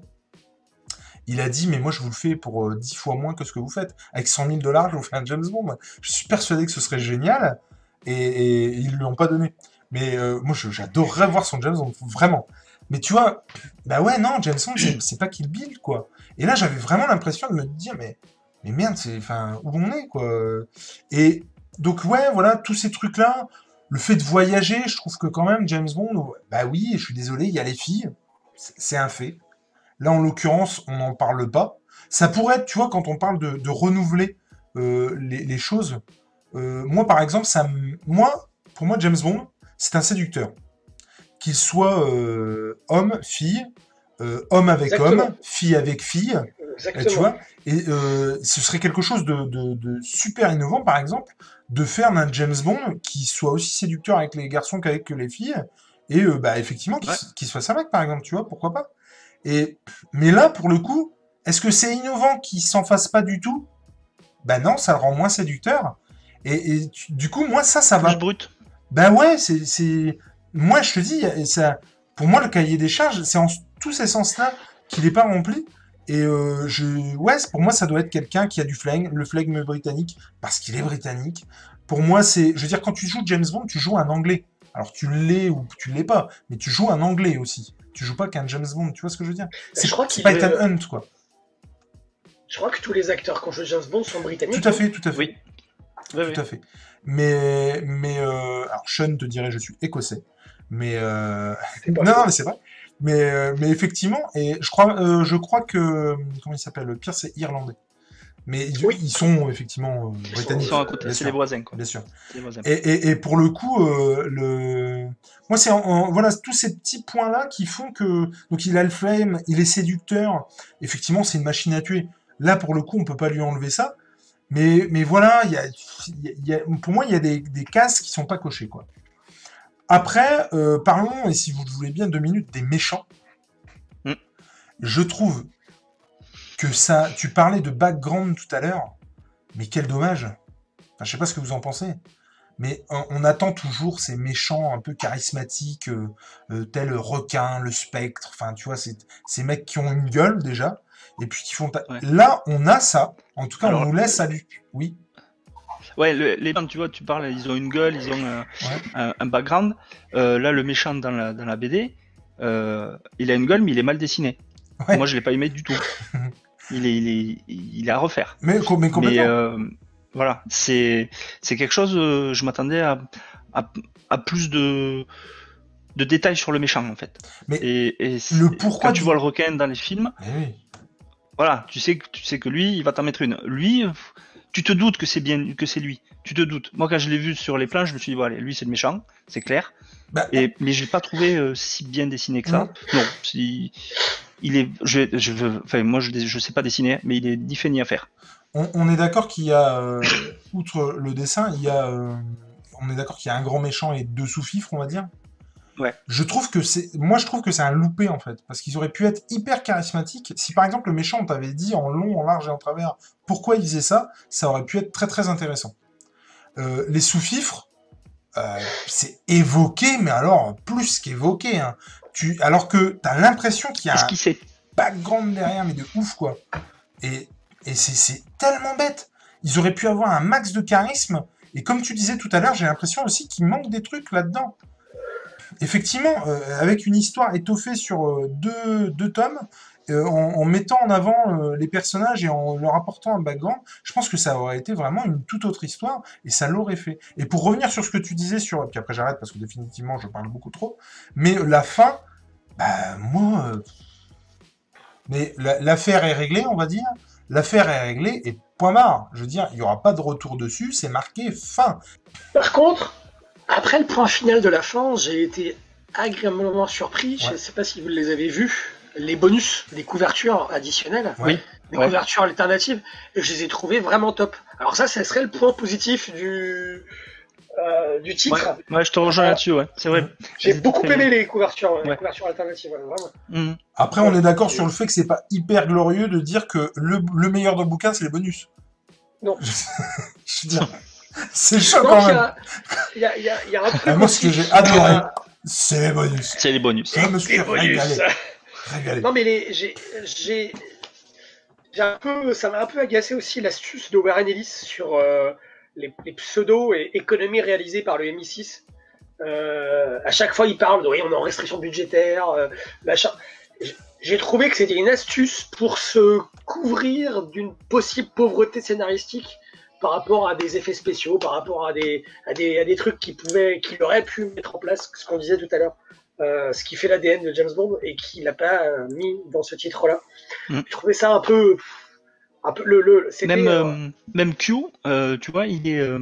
Il a dit, mais moi je vous le fais pour dix fois moins que ce que vous faites. Avec cent mille dollars, je vous fais un James Bond. Je suis persuadé que ce serait génial, et, et ils lui ont pas donné. Mais euh, moi je, j'adorerais voir son James Bond, vraiment. Mais tu vois, bah ouais, non, James Bond, c'est, c'est pas Kill Bill, quoi. Et là, j'avais vraiment l'impression de me dire, mais, mais merde, c'est, enfin, où on est, quoi. Et donc, ouais, voilà, tous ces trucs-là, le fait de voyager, je trouve que quand même, James Bond, bah oui, je suis désolé, il y a les filles, c'est, c'est un fait. Là, en l'occurrence, on n'en parle pas. Ça pourrait être, tu vois, quand on parle de, de renouveler euh, les, les choses, euh, moi, par exemple, ça, moi, pour moi, James Bond, c'est un séducteur. Qu'il soit euh, homme, fille, euh, homme avec Exactement. homme, fille avec fille, euh, tu vois, et euh, ce serait quelque chose de, de, de super innovant, par exemple, de faire un James Bond qui soit aussi séducteur avec les garçons qu'avec les filles, et euh, bah effectivement, qu'il ouais. qu se fasse un mec, par exemple, tu vois, pourquoi pas. Et mais là, pour le coup, est-ce que c'est innovant qu'il s'en fasse pas du tout? Bah non, ça le rend moins séducteur. Et, et tu, du coup, moi, ça, ça va. Plus brut. Bah ouais, c'est, c'est, moi, je te dis, ça, pour moi, le cahier des charges, c'est en tous ces sens-là qu'il n'est pas rempli. Et euh, je, ouais, pour moi, ça doit être quelqu'un qui a du flegme, le flegme britannique, parce qu'il est britannique. Pour moi, c'est, je veux dire, quand tu joues James Bond, tu joues un anglais. Alors tu l'es ou tu l'es pas, mais tu joues un anglais aussi. Tu joues pas qu'un James Bond, tu vois ce que je veux dire? C'est, c'est pas Ethan Hunt, quoi. Je crois que tous les acteurs qui ont joué James Bond sont britanniques. Tout à fait, tout à fait. Oui. Tout oui, à oui. fait. Mais, mais euh, alors Sean te dirait je suis écossais, mais euh... non, non, mais c'est vrai. Mais, euh, mais effectivement, et je crois, euh, je crois que comment il s'appelle? Le pire, c'est irlandais. Mais ils, oui. ils sont effectivement euh, britanniques. Ils sont à côté, c'est les voisins, quoi. Bien sûr. Et, et, et pour le coup, euh, le, moi c'est en, en, voilà tous ces petits points-là qui font que donc il a le flame, il est séducteur. Effectivement, c'est une machine à tuer. Là, pour le coup, on peut pas lui enlever ça. Mais, mais voilà, il y a, y a, pour moi, il y a des, des cases qui sont pas cochées, quoi. Après, euh, parlons, et si vous voulez bien deux minutes, des méchants. Mm. Je trouve que ça... Tu parlais de background tout à l'heure, mais quel dommage. Enfin, je sais pas ce que vous en pensez, mais on, on attend toujours ces méchants un peu charismatiques, euh, euh, tels requin, le spectre, enfin, tu vois, c'est, ces mecs qui ont une gueule, déjà, et puis qui font... Ta... Ouais. Là, on a ça. En tout cas, Alors, on nous laisse à lui. Oui. Ouais, le, les gens, tu vois, tu parles, ils ont une gueule, ils ont euh, Ouais. un, un background. Euh, là, le méchant dans la, dans la B D, euh, il a une gueule, mais il est mal dessiné. Ouais. Moi, je l'ai pas aimé du tout. Il est, il est, il est à refaire. Mais, co- mais Mais complètement. euh, voilà, c'est, c'est quelque chose. euh, je m'attendais à, à, à plus de, de détails sur le méchant en fait. Mais Et, et c'est- le pourquoi quand tu du- vois le requin dans les films, Mais oui. voilà, tu sais que tu sais que lui, il va t'en mettre une. Lui, pff, tu te doutes que c'est bien, que c'est lui. Tu te doutes. Moi, quand je l'ai vu sur les plans, je me suis dit, bon, allez, lui, c'est le méchant, c'est clair. Bah, Et mais je l'ai pas trouvé euh, si bien dessiné que ça. Non, si il est, je, je veux, enfin, moi, je, je sais pas dessiner, mais il est ni fait ni à faire. on, on est d'accord qu'il y a, euh, outre le dessin, il y a, euh, on est d'accord qu'il y a un grand méchant et deux sous-fifres, on va dire. Ouais. Je trouve que c'est, moi je trouve que c'est un loupé en fait, parce qu'ils auraient pu être hyper charismatiques. Si par exemple le méchant on t'avait dit en long, en large et en travers pourquoi il faisait ça, ça aurait pu être très très intéressant. Euh, les sous-fifres, euh, c'est évoqué, mais alors plus qu'évoqué. Hein. Tu, alors que t'as l'impression qu'il y a Est-ce un qu'il sait background derrière, mais de ouf quoi. Et, et c'est, c'est tellement bête. Ils auraient pu avoir un max de charisme. Et comme tu disais tout à l'heure, j'ai l'impression aussi qu'il manque des trucs là-dedans. Effectivement, euh, avec une histoire étoffée sur euh, deux, deux tomes, euh, en, en mettant en avant euh, les personnages et en leur apportant un background, je pense que ça aurait été vraiment une toute autre histoire et ça l'aurait fait. Et pour revenir sur ce que tu disais sur, puis après j'arrête parce que définitivement je parle beaucoup trop, mais la fin, bah moi, euh, mais la- l'affaire est réglée, on va dire. L'affaire est réglée et point barre. Je veux dire, il n'y aura pas de retour dessus, c'est marqué fin. Par contre, après le point final de la fin, j'ai été agréablement surpris. Je Ouais. ne sais pas si vous les avez vus, les bonus, les couvertures additionnelles, Ouais. les Ouais. couvertures alternatives, et je les ai trouvées vraiment top. Alors ça, ça serait le point positif du, euh, du Ouais, titre. ouais, je te rejoins Euh, là-dessus, ouais. C'est vrai. J'ai Elles étaient beaucoup très aimé bien. les couvertures, les Ouais. couvertures alternatives, ouais, vraiment. Mhm. Après, on est d'accord sur le fait que c'est pas hyper glorieux de dire que le, le meilleur d'un bouquin, c'est les bonus. Non. Je veux dire, c'est chaud Donc quand il y même. a, il y, a, il y, a, il y a un truc Ah, moi, ce que aussi, j'ai adoré, euh, c'est les bonus. C'est les bonus. Je me suis les bonus. régalé. Régalé. Non mais les, j'ai, j'ai, j'ai un peu, ça m'a un peu agacé aussi l'astuce de Warren Ellis sur euh, les, les pseudo et économies réalisées par le M I six. Euh, à chaque fois, il parle de oui, on est en restriction budgétaire, euh, machin. J- J'ai trouvé que c'était une astuce pour se couvrir d'une possible pauvreté scénaristique par rapport à des effets spéciaux, par rapport à des, à des, à des trucs qu'il pouvait, qu'il aurait pu mettre en place, ce qu'on disait tout à l'heure, euh, ce qui fait l'A D N de James Bond et qu'il n'a pas euh, mis dans ce titre-là. Mm. Je trouvais ça un peu, un peu le, le c'était, Même, euh, euh, même Q, euh, tu vois, il est. euh,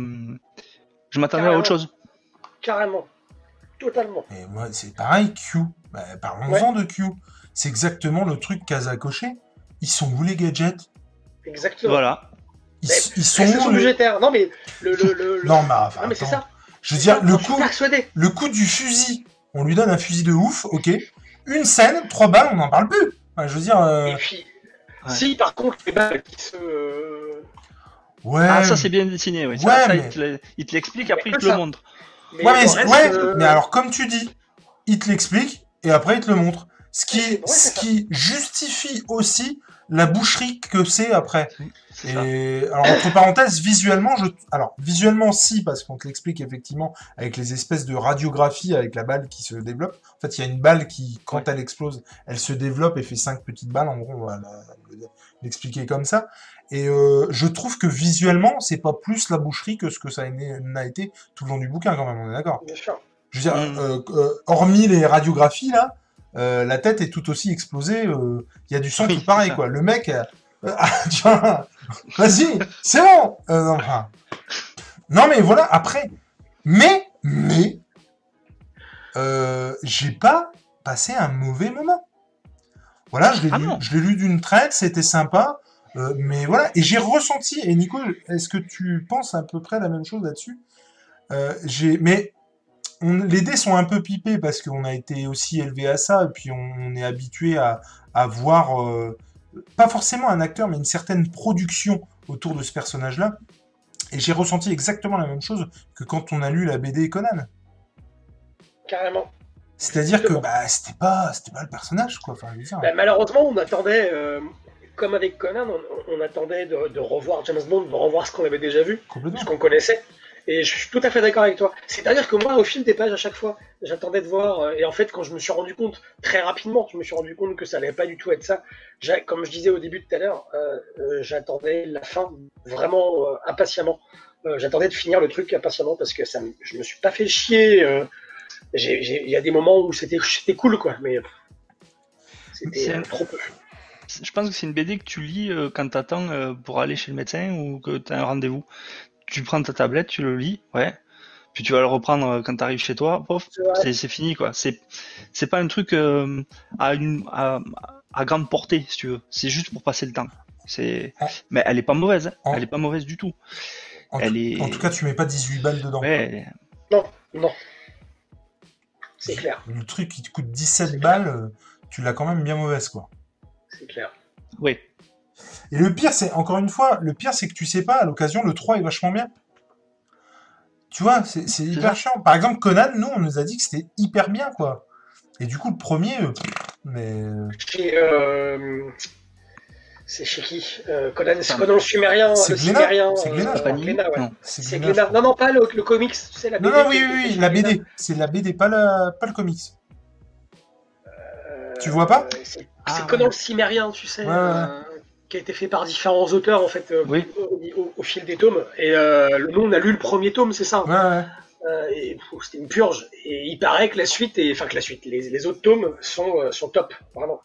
Je m'attendais à Carrément. autre chose. carrément, totalement. Et moi, c'est pareil, Q. Bah, parlons-en de Q. C'est exactement le truc qu'Aza coché. Ils sont où les gadgets? Exactement. Voilà. Ils, Mais, ils sont Restriction où les- budgétaire. Non mais le, le, le, le- Non, mais enfin, non, mais c'est attends. ça. Je veux dire, le J'en suis coup, persuadé. le coup du fusil, on lui donne un fusil de ouf, ok. Une scène, trois balles, on n'en parle plus. Enfin, je veux dire, euh, Et puis, Ouais. si par contre les balles qui se, euh, ouais. Ah, ça c'est bien dessiné, ouais. Ça, Ouais, ça, mais- il, te le- il te l'explique, après que il te le ça. montre. mais Ouais, mais, le c'est- reste, ouais, euh, mais alors, comme tu dis, il te l'explique et après il te le montre. Ce qui, Ouais, c'est ce ça. qui justifie aussi la boucherie que c'est après. C'est ça. Et alors entre parenthèses, visuellement, je alors visuellement si parce qu'on te l'explique effectivement avec les espèces de radiographie avec la balle qui se développe. En fait, il y a une balle qui, quand Ouais. elle explose, elle se développe et fait cinq petites balles. En gros, on va la- l'expliquer comme ça. Et euh, je trouve que visuellement, c'est pas plus la boucherie que ce que ça a né- n'a été tout le long du bouquin quand même. On est d'accord. bien sûr. Je veux dire, Mm. euh, euh, hormis les radiographies là, euh, la tête est tout aussi explosée. euh, Il y a du sang Oui, tout pareil c'est ça. quoi. Le mec, euh, ah, tu vois, vas-y, c'est bon. Euh, non, enfin, non, mais voilà. Après, mais mais euh, j'ai pas passé un mauvais moment. Voilà, je l'ai Ah lu, non. je l'ai lu d'une traite, c'était sympa. euh, mais voilà, et j'ai ressenti. Et Nico, est-ce que tu penses à peu près la même chose là-dessus? Euh, j'ai, mais on- les dés sont un peu pipés parce qu'on a été aussi élevé à ça, et puis on, on est habitué à, à voir, euh, pas forcément un acteur, mais une certaine production autour de ce personnage-là. Et j'ai ressenti exactement la même chose que quand on a lu la B D Conan. Carrément. C'est-à-dire que Exactement. bah, c'était pas, c'était pas le personnage, quoi. Enfin, je veux dire. Bah, malheureusement, on attendait, euh, comme avec Conan, on, on attendait de, de revoir James Bond, de revoir ce qu'on avait déjà vu, Complètement. ce qu'on connaissait. Et je suis tout à fait d'accord avec toi. C'est-à-dire que moi, au fil des pages, à chaque fois, j'attendais de voir. euh, Et en fait, quand je me suis rendu compte, très rapidement, je me suis rendu compte que ça allait pas du tout être ça. J'a- Comme je disais au début tout à l'heure, euh, euh, j'attendais la fin vraiment euh, impatiemment. Euh, j'attendais de finir le truc impatiemment parce que ça, me- je me suis pas fait chier. euh, j'ai- j'ai- Il y a des moments où c'était c'était cool, quoi, mais pff, c'était C'est- euh, trop peu. Je pense que c'est une B D que tu lis euh, quand t'attends euh, pour aller chez le médecin ou que t'as un rendez-vous. Tu prends ta tablette, tu le lis, ouais. Puis tu vas le reprendre euh, quand t'arrives chez toi, pof, C'est vrai. c'est c'est fini quoi. C'est c'est pas un truc euh, à une à, à grande portée si tu veux. C'est juste pour passer le temps. C'est En- mais elle est pas mauvaise, hein. en- Elle est pas mauvaise du tout. En, Elle tout, est en tout cas, tu mets pas dix-huit balles dedans. quoi. ouais. Non, non, c'est clair, Le truc qui te coûte dix-sept balles, euh, tu l'as quand même bien mauvaise, quoi. c'est clair. Ouais. Et le pire, c'est, encore une fois, le pire, c'est que tu sais pas, à l'occasion, le trois est vachement bien. Tu vois, c'est c'est hyper ça. chiant. Par exemple, Conan, nous, on nous a dit que c'était hyper bien, quoi. Et du coup, le premier, euh, pff, mais... euh, Chez, euh, c'est chez qui euh, Conan, c'est Enfin, Conan le Sumérien, c'est le Glénat, Cimérien, c'est Glénat, euh, je crois. Glénat, ouais. Non. c'est C'est Glénat, je Glénat. crois. Non, non, pas le, le comics, tu sais, la B D. Non, non, oui, qui oui, était oui, chez la Glénat. B D. C'est la B D, pas, la... pas le comics. Euh, Tu vois pas C'est c'est Ah, Conan ouais. le Cimérien, tu sais, Ouais, ouais. euh, qui a été fait par différents auteurs, en fait, euh, Oui. au, au- au fil des tomes. Et euh, nous, on a lu le premier tome, c'est ça. Ouais, ouais. Euh, et pff, c'était une purge. Et il paraît que la suite, est... enfin que la suite, les, les autres tomes sont, euh, sont top, vraiment.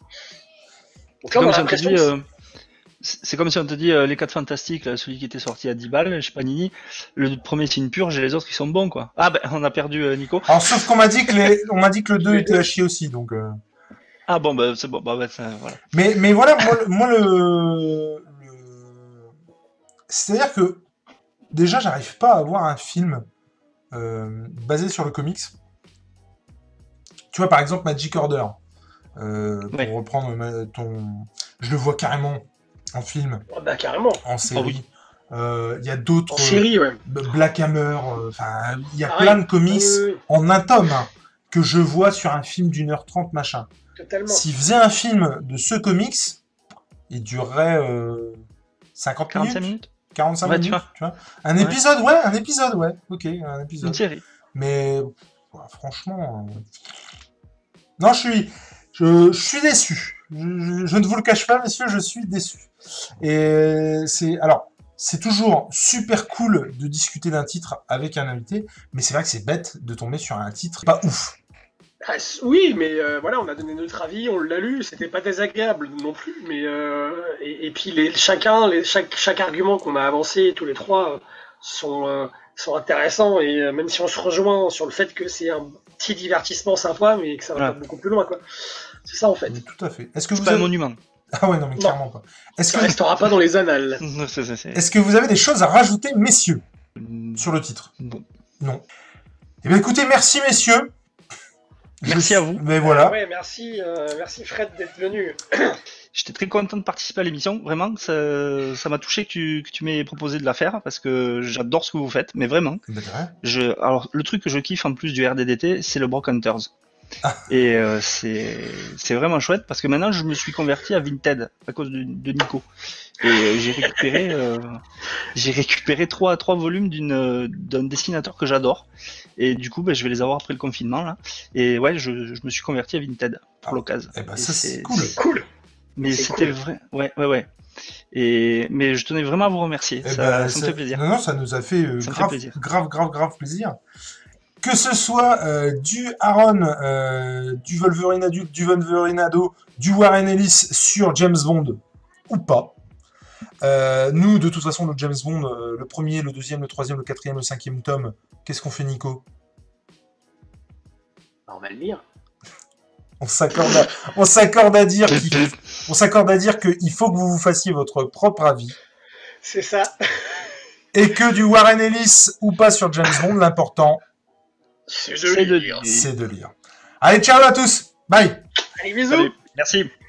Donc C'est là, on comme a si on te l'impression dit que euh, c'est c'est comme si on te dit euh, les quatre fantastiques, là, celui qui était sorti à dix balles chez Panini, le premier c'est une purge et les autres ils sont bons quoi. Ah ben on a perdu euh, Nico. Alors, sauf qu'on m'a dit que les... on m'a dit que le deux Les était deux. à chier aussi, donc... euh. Ah bon bah c'est bon, bah, bah, ça, voilà. Mais, mais voilà, moi, le- moi le... le... C'est-à-dire que, déjà, j'arrive pas à voir un film euh, basé sur le comics. Tu vois, par exemple, Magic Order. Euh, pour Ouais. reprendre ma- ton... Je le vois carrément en film, Ah bah carrément. en série. oui. Euh, Il y a d'autres... En série, ouais. euh, Black Hammer, euh, enfin, il y a Pareil. plein de comics Oui, oui, oui. en un tome hein, que je vois sur un film d'une heure trente, machin. Totalement. S'il faisait un film de ce comics, il durerait euh, cinquante quarante-cinq minutes, minutes. quarante-cinq Ouais, tu minutes, vois. tu vois. Un Ouais. épisode, ouais, un épisode, ouais, ok, un Une épisode. série. Mais ouais, franchement, euh, non, je suis, je, je suis déçu. Je, je- je ne vous le cache pas, messieurs, je suis déçu. Et c'est, alors, c'est toujours super cool de discuter d'un titre avec un invité, mais c'est vrai que c'est bête de tomber sur un titre pas ouf. Ah, c- oui, mais euh, voilà, on a donné notre avis, on l'a lu, c'était pas désagréable non plus, mais euh, et, et puis les, chacun, les, chaque, chaque argument qu'on a avancé tous les trois euh, sont, euh, sont intéressants et euh, même si on se rejoint sur le fait que c'est un petit divertissement sympa, mais que ça va Voilà. pas beaucoup plus loin, quoi. C'est ça en fait. Mais tout à fait. Est-ce que C'est vous pas un avez... monument. Ah ouais, non, mais Non. clairement pas. Est-ce Ça que, restera pas dans les annales. C'est- c'est- c'est- est-ce que vous avez des choses à rajouter, messieurs, Mm, sur le titre? bon. Non. Eh bien, écoutez, merci, messieurs. Merci Je- à vous. Mais voilà. Ouais, merci, euh, merci Fred d'être venu. J'étais très content de participer à l'émission, vraiment, ça ça m'a touché que tu, que tu m'aies proposé de la faire, parce que j'adore ce que vous faites, mais vraiment. Ben, ouais. Je, alors, le truc que je kiffe en plus du R D D T, c'est le Brock Hunters. Ah. Et euh, c'est c'est vraiment chouette, parce que maintenant, je me suis converti à Vinted, à cause de, de Nico. Et euh, j'ai récupéré euh, j'ai récupéré trois, trois volumes d'une d'un dessinateur que j'adore. Et du coup, ben, je vais les avoir après le confinement, là. Et ouais, je, je me suis converti à Vinted, pour Ah. l'occasion. Eh ben, Et ça, c'est c'est- cool. C'est cool. Mais C'est c'était cool. vrai, ouais, ouais, ouais. Et mais je tenais vraiment à vous remercier. Eh ça, ben, ça me ça- fait plaisir. Non, non, ça nous a fait, euh, Ça me fait grave, plaisir. grave, grave, grave plaisir. Que ce soit euh, du Aaron, euh, du Wolverine adulte, du Wolverine ado, du Warren Ellis sur James Bond ou pas. Euh, nous, de toute façon, le James Bond, euh, le premier, le deuxième, le troisième, le quatrième, le cinquième tome, qu'est-ce qu'on fait, Nico? On va le lire. On s'accorde à, on s'accorde à dire qu'il, on s'accorde à dire qu'il faut que vous vous fassiez votre propre avis. C'est ça. Et que du Warren Ellis ou pas sur James Bond, l'important, C'est C'est de lire. lire. c'est de lire. Allez, ciao à tous. Bye. Allez, bisous. Salut. Merci.